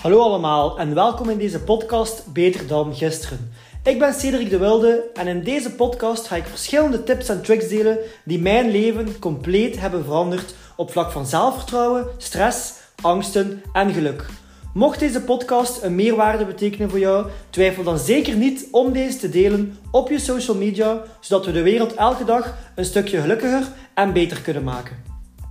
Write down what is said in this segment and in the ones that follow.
Hallo allemaal en welkom in deze podcast Beter dan Gisteren. Ik ben Cedric de Wilde en in deze podcast ga ik verschillende tips en tricks delen die mijn leven compleet hebben veranderd op vlak van zelfvertrouwen, stress, angsten en geluk. Mocht deze podcast een meerwaarde betekenen voor jou, twijfel dan zeker niet om deze te delen op je social media, zodat we de wereld elke dag een stukje gelukkiger en beter kunnen maken.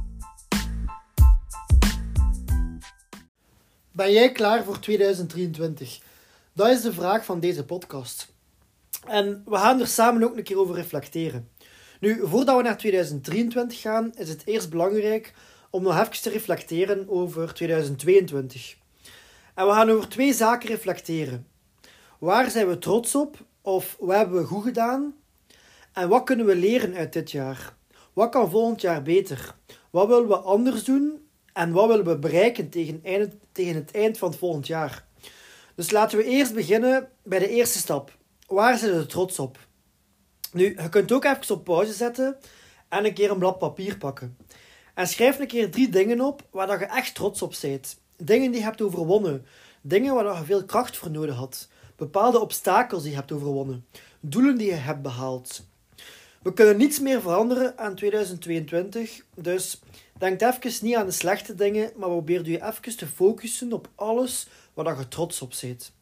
Ben jij klaar voor 2023? Dat is de vraag van deze podcast. En we gaan er samen ook een keer over reflecteren. Nu, voordat we naar 2023 gaan, is het eerst belangrijk om nog even te reflecteren over 2022. En we gaan over 2 zaken reflecteren. Waar zijn we trots op? Of wat hebben we goed gedaan? En wat kunnen we leren uit dit jaar? Wat kan volgend jaar beter? Wat willen we anders doen? En wat willen we bereiken tegen het eind van het volgend jaar? Dus laten we eerst beginnen bij de eerste stap. Waar zijn we trots op? Nu, je kunt ook even op pauze zetten en een keer een blad papier pakken. En schrijf een keer 3 dingen op waar je echt trots op bent. Dingen die je hebt overwonnen. Dingen waar je veel kracht voor nodig had. Bepaalde obstakels die je hebt overwonnen. Doelen die je hebt behaald. We kunnen niets meer veranderen aan 2022, dus denk even niet aan de slechte dingen, maar probeer je even te focussen op alles waar je trots op bent.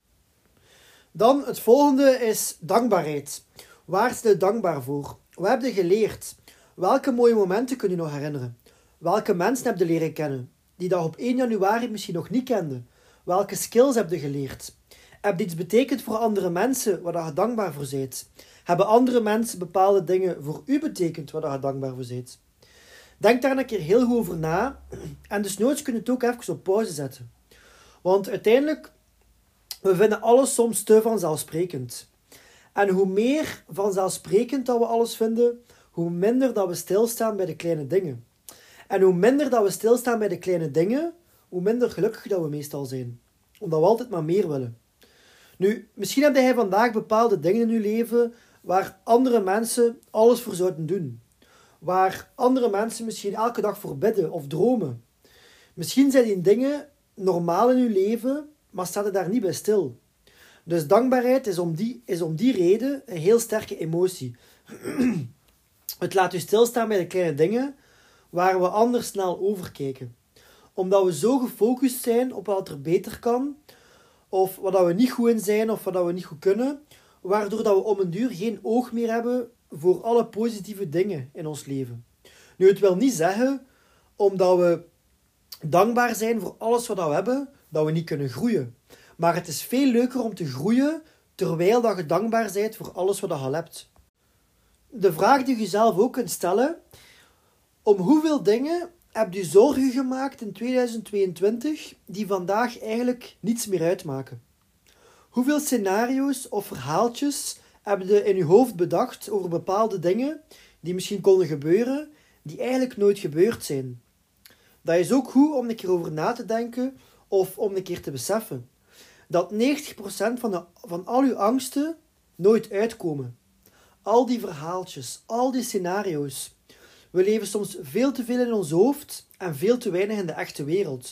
Dan het volgende is dankbaarheid. Waar is je dankbaar voor? Wat heb je geleerd? Welke mooie momenten kun je nog herinneren? Welke mensen heb je leren kennen, die dat op 1 januari misschien nog niet kende? Welke skills heb je geleerd? Heb je iets betekend voor andere mensen waar je dankbaar voor bent? Hebben andere mensen bepaalde dingen voor u betekend waar je dankbaar voor bent? Denk daar een keer heel goed over na. En dus nooit kun je het ook even op pauze zetten. Want uiteindelijk, we vinden alles soms te vanzelfsprekend. En hoe meer vanzelfsprekend dat we alles vinden, hoe minder dat we stilstaan bij de kleine dingen. En hoe minder dat we stilstaan bij de kleine dingen, hoe minder gelukkig dat we meestal zijn. Omdat we altijd maar meer willen. Nu, misschien heb jij vandaag bepaalde dingen in je leven waar andere mensen alles voor zouden doen. Waar andere mensen misschien elke dag voor bidden of dromen. Misschien zijn die dingen normaal in je leven, maar staat je daar niet bij stil. Dus dankbaarheid is om die reden een heel sterke emotie. Het laat je stilstaan bij de kleine dingen waar we anders snel overkijken. Omdat we zo gefocust zijn op wat er beter kan, of wat we niet goed in zijn, of wat we niet goed kunnen, waardoor dat we om een duur geen oog meer hebben voor alle positieve dingen in ons leven. Nu, het wil niet zeggen, omdat we dankbaar zijn voor alles wat we hebben, dat we niet kunnen groeien. Maar het is veel leuker om te groeien, terwijl dat je dankbaar bent voor alles wat je al hebt. De vraag die je jezelf ook kunt stellen, om hoeveel dingen heb je zorgen gemaakt in 2022 die vandaag eigenlijk niets meer uitmaken? Hoeveel scenario's of verhaaltjes heb je in je hoofd bedacht over bepaalde dingen die misschien konden gebeuren, die eigenlijk nooit gebeurd zijn? Dat is ook goed om een keer over na te denken of om een keer te beseffen. Dat 90% van al uw angsten nooit uitkomen. Al die verhaaltjes, al die scenario's. We leven soms veel te veel in ons hoofd en veel te weinig in de echte wereld.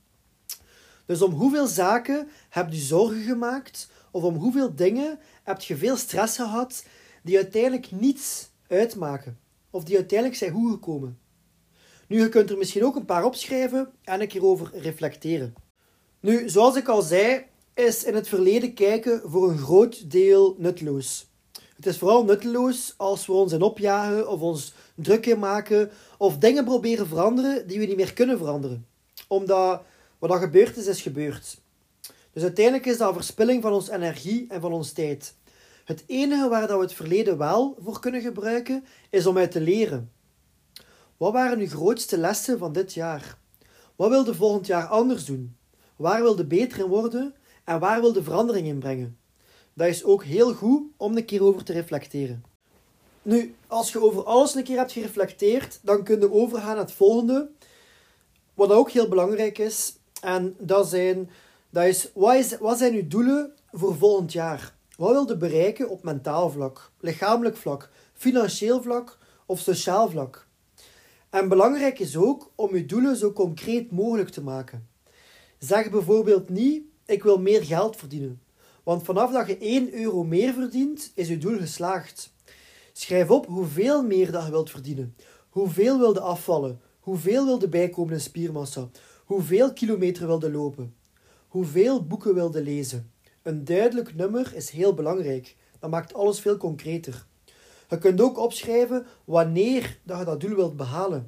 Dus om hoeveel zaken heb je zorgen gemaakt of om hoeveel dingen heb je veel stress gehad die uiteindelijk niets uitmaken of die uiteindelijk zijn goed gekomen? Nu, je kunt er misschien ook een paar opschrijven en een keer over reflecteren. Nu, zoals ik al zei, is in het verleden kijken voor een groot deel nutteloos. Het is vooral nutteloos als we ons in opjagen of ons druk in maken of dingen proberen veranderen die we niet meer kunnen veranderen. Omdat wat er gebeurd is gebeurd. Dus uiteindelijk is dat een verspilling van onze energie en van onze tijd. Het enige waar dat we het verleden wel voor kunnen gebruiken, is om uit te leren. Wat waren uw grootste lessen van dit jaar? Wat wil je volgend jaar anders doen? Waar wil je beter in worden? En waar wil je verandering in brengen? Dat is ook heel goed om een keer over te reflecteren. Nu, als je over alles een keer hebt gereflecteerd, dan kun je overgaan naar het volgende. Wat ook heel belangrijk is. En dat is wat zijn uw doelen voor volgend jaar? Wat wil je bereiken op mentaal vlak, lichamelijk vlak, financieel vlak of sociaal vlak? En belangrijk is ook om je doelen zo concreet mogelijk te maken. Zeg bijvoorbeeld niet, ik wil meer geld verdienen. Want vanaf dat je 1 euro meer verdient, is je doel geslaagd. Schrijf op hoeveel meer dat je wilt verdienen. Hoeveel wilde afvallen. Hoeveel wilde bijkomen in spiermassa. Hoeveel kilometer wilde lopen. Hoeveel boeken wilde lezen. Een duidelijk nummer is heel belangrijk. Dat maakt alles veel concreter. Je kunt ook opschrijven wanneer dat je dat doel wilt behalen.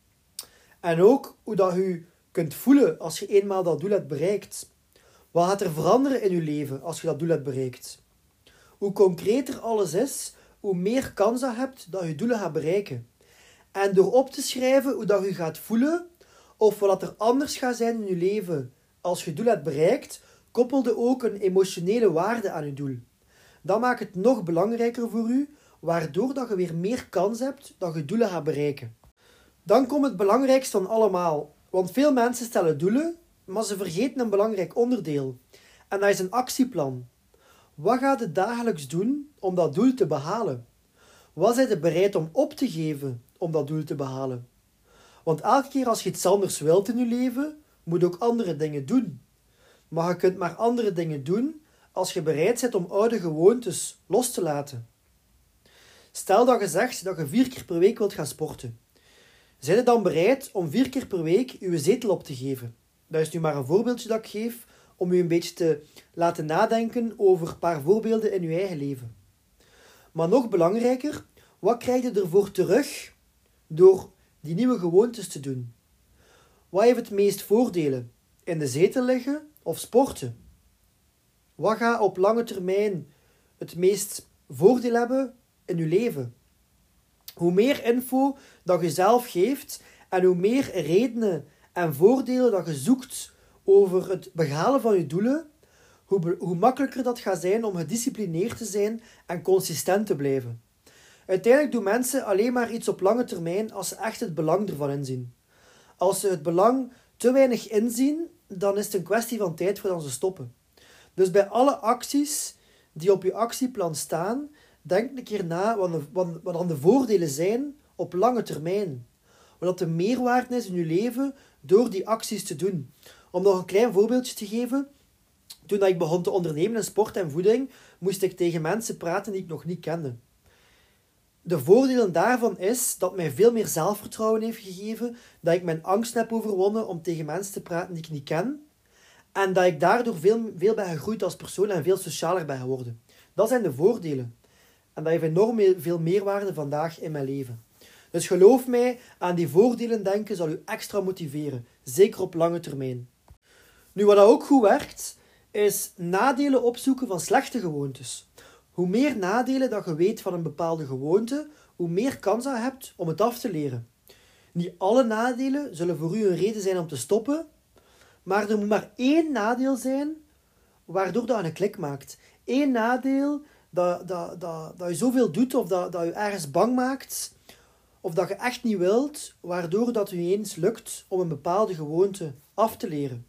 En ook hoe dat je kunt voelen als je eenmaal dat doel hebt bereikt. Wat gaat er veranderen in je leven als je dat doel hebt bereikt? Hoe concreter alles is, hoe meer kans je hebt dat je doelen gaat bereiken. En door op te schrijven hoe dat je gaat voelen, of wat er anders gaat zijn in je leven als je doel hebt bereikt, koppelde ook een emotionele waarde aan je doel. Dat maakt het nog belangrijker voor u, waardoor dat je weer meer kans hebt dat je doelen gaat bereiken. Dan komt het belangrijkste van allemaal, want veel mensen stellen doelen, maar ze vergeten een belangrijk onderdeel. En dat is een actieplan. Wat ga je dagelijks doen om dat doel te behalen? Wat zijn je bereid om op te geven om dat doel te behalen? Want elke keer als je iets anders wilt in je leven, moet je ook andere dingen doen. Maar je kunt maar andere dingen doen als je bereid bent om oude gewoontes los te laten. Stel dat je zegt dat je 4 keer per week wilt gaan sporten. Zijn je dan bereid om 4 keer per week je zetel op te geven? Dat is nu maar een voorbeeldje dat ik geef om u een beetje te laten nadenken over een paar voorbeelden in uw eigen leven. Maar nog belangrijker, wat krijg je ervoor terug door die nieuwe gewoontes te doen? Wat heeft het meest voordelen? In de zetel liggen of sporten? Wat gaat op lange termijn het meest voordeel hebben in je leven? Hoe meer info dat je zelf geeft en hoe meer redenen en voordelen dat je zoekt over het behalen van je doelen, hoe makkelijker dat gaat zijn om gedisciplineerd te zijn en consistent te blijven. Uiteindelijk doen mensen alleen maar iets op lange termijn als ze echt het belang ervan inzien. Als ze het belang te weinig inzien, dan is het een kwestie van tijd voordat ze stoppen. Dus bij alle acties die op je actieplan staan, denk een keer na wat dan de voordelen zijn op lange termijn. Wat de meerwaarde is in je leven door die acties te doen. Om nog een klein voorbeeldje te geven. Toen ik begon te ondernemen in sport en voeding, moest ik tegen mensen praten die ik nog niet kende. De voordelen daarvan is dat mij veel meer zelfvertrouwen heeft gegeven, dat ik mijn angst heb overwonnen om tegen mensen te praten die ik niet ken, en dat ik daardoor veel ben gegroeid als persoon en veel socialer ben geworden. Dat zijn de voordelen. En dat heeft enorm veel meerwaarde vandaag in mijn leven. Dus geloof mij, aan die voordelen denken zal u extra motiveren, zeker op lange termijn. Nu, wat ook goed werkt, is nadelen opzoeken van slechte gewoontes. Hoe meer nadelen dat je weet van een bepaalde gewoonte, hoe meer kans je hebt om het af te leren. Niet alle nadelen zullen voor u een reden zijn om te stoppen, maar er moet maar 1 nadeel zijn waardoor dat je een klik maakt. 1 nadeel dat je zoveel doet of dat je ergens bang maakt, of dat je echt niet wilt, waardoor dat je eens lukt om een bepaalde gewoonte af te leren.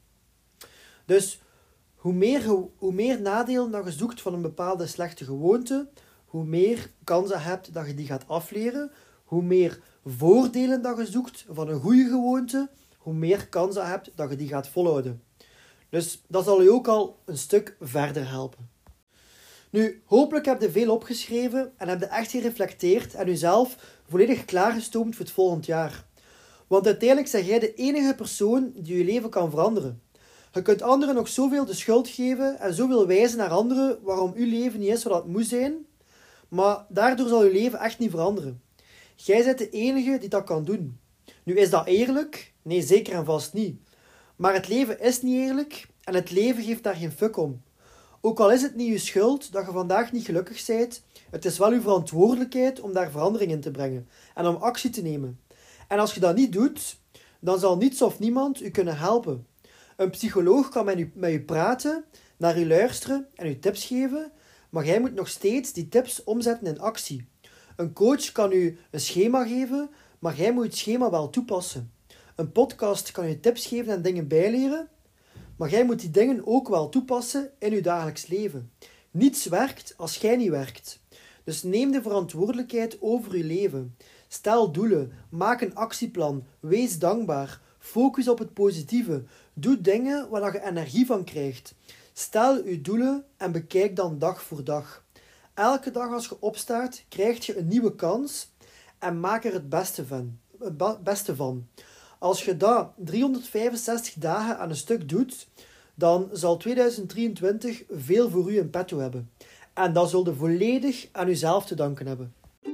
Dus hoe meer nadelen dat je zoekt van een bepaalde slechte gewoonte, hoe meer kans je hebt dat je die gaat afleren. Hoe meer voordelen dat je zoekt van een goede gewoonte, hoe meer kans je hebt dat je die gaat volhouden. Dus dat zal je ook al een stuk verder helpen. Nu, hopelijk heb je veel opgeschreven en heb je echt gereflecteerd en jezelf volledig klaargestoomd voor het volgend jaar. Want uiteindelijk zeg jij de enige persoon die je leven kan veranderen. Je kunt anderen nog zoveel de schuld geven en zoveel wijzen naar anderen waarom uw leven niet is wat het moet zijn, maar daardoor zal je leven echt niet veranderen. Jij bent de enige die dat kan doen. Nu, is dat eerlijk? Nee, zeker en vast niet. Maar het leven is niet eerlijk en het leven geeft daar geen fuck om. Ook al is het niet je schuld dat je vandaag niet gelukkig bent, het is wel je verantwoordelijkheid om daar verandering in te brengen en om actie te nemen. En als je dat niet doet, dan zal niets of niemand u kunnen helpen. Een psycholoog kan met u praten, naar u luisteren en u tips geven, maar jij moet nog steeds die tips omzetten in actie. Een coach kan u een schema geven, maar jij moet het schema wel toepassen. Een podcast kan u tips geven en dingen bijleren, maar jij moet die dingen ook wel toepassen in uw dagelijks leven. Niets werkt als jij niet werkt. Dus neem de verantwoordelijkheid over uw leven. Stel doelen, maak een actieplan, wees dankbaar, Focus op het positieve. Doe dingen waar je energie van krijgt. Stel je doelen en bekijk dan dag voor dag. Elke dag als je opstaat, krijg je een nieuwe kans en maak er het beste van. Als je dat 365 dagen aan een stuk doet, dan zal 2023 veel voor u in petto hebben. En dat zul je volledig aan uzelf te danken hebben.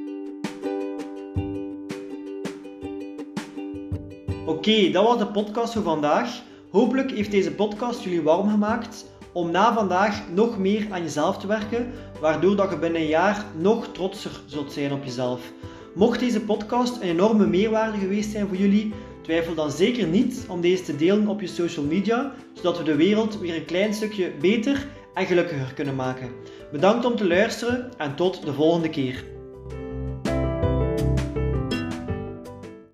Oké, dat was de podcast voor vandaag. Hopelijk heeft deze podcast jullie warm gemaakt om na vandaag nog meer aan jezelf te werken, waardoor dat je binnen een jaar nog trotser zult zijn op jezelf. Mocht deze podcast een enorme meerwaarde geweest zijn voor jullie, twijfel dan zeker niet om deze te delen op je social media, zodat we de wereld weer een klein stukje beter en gelukkiger kunnen maken. Bedankt om te luisteren en tot de volgende keer.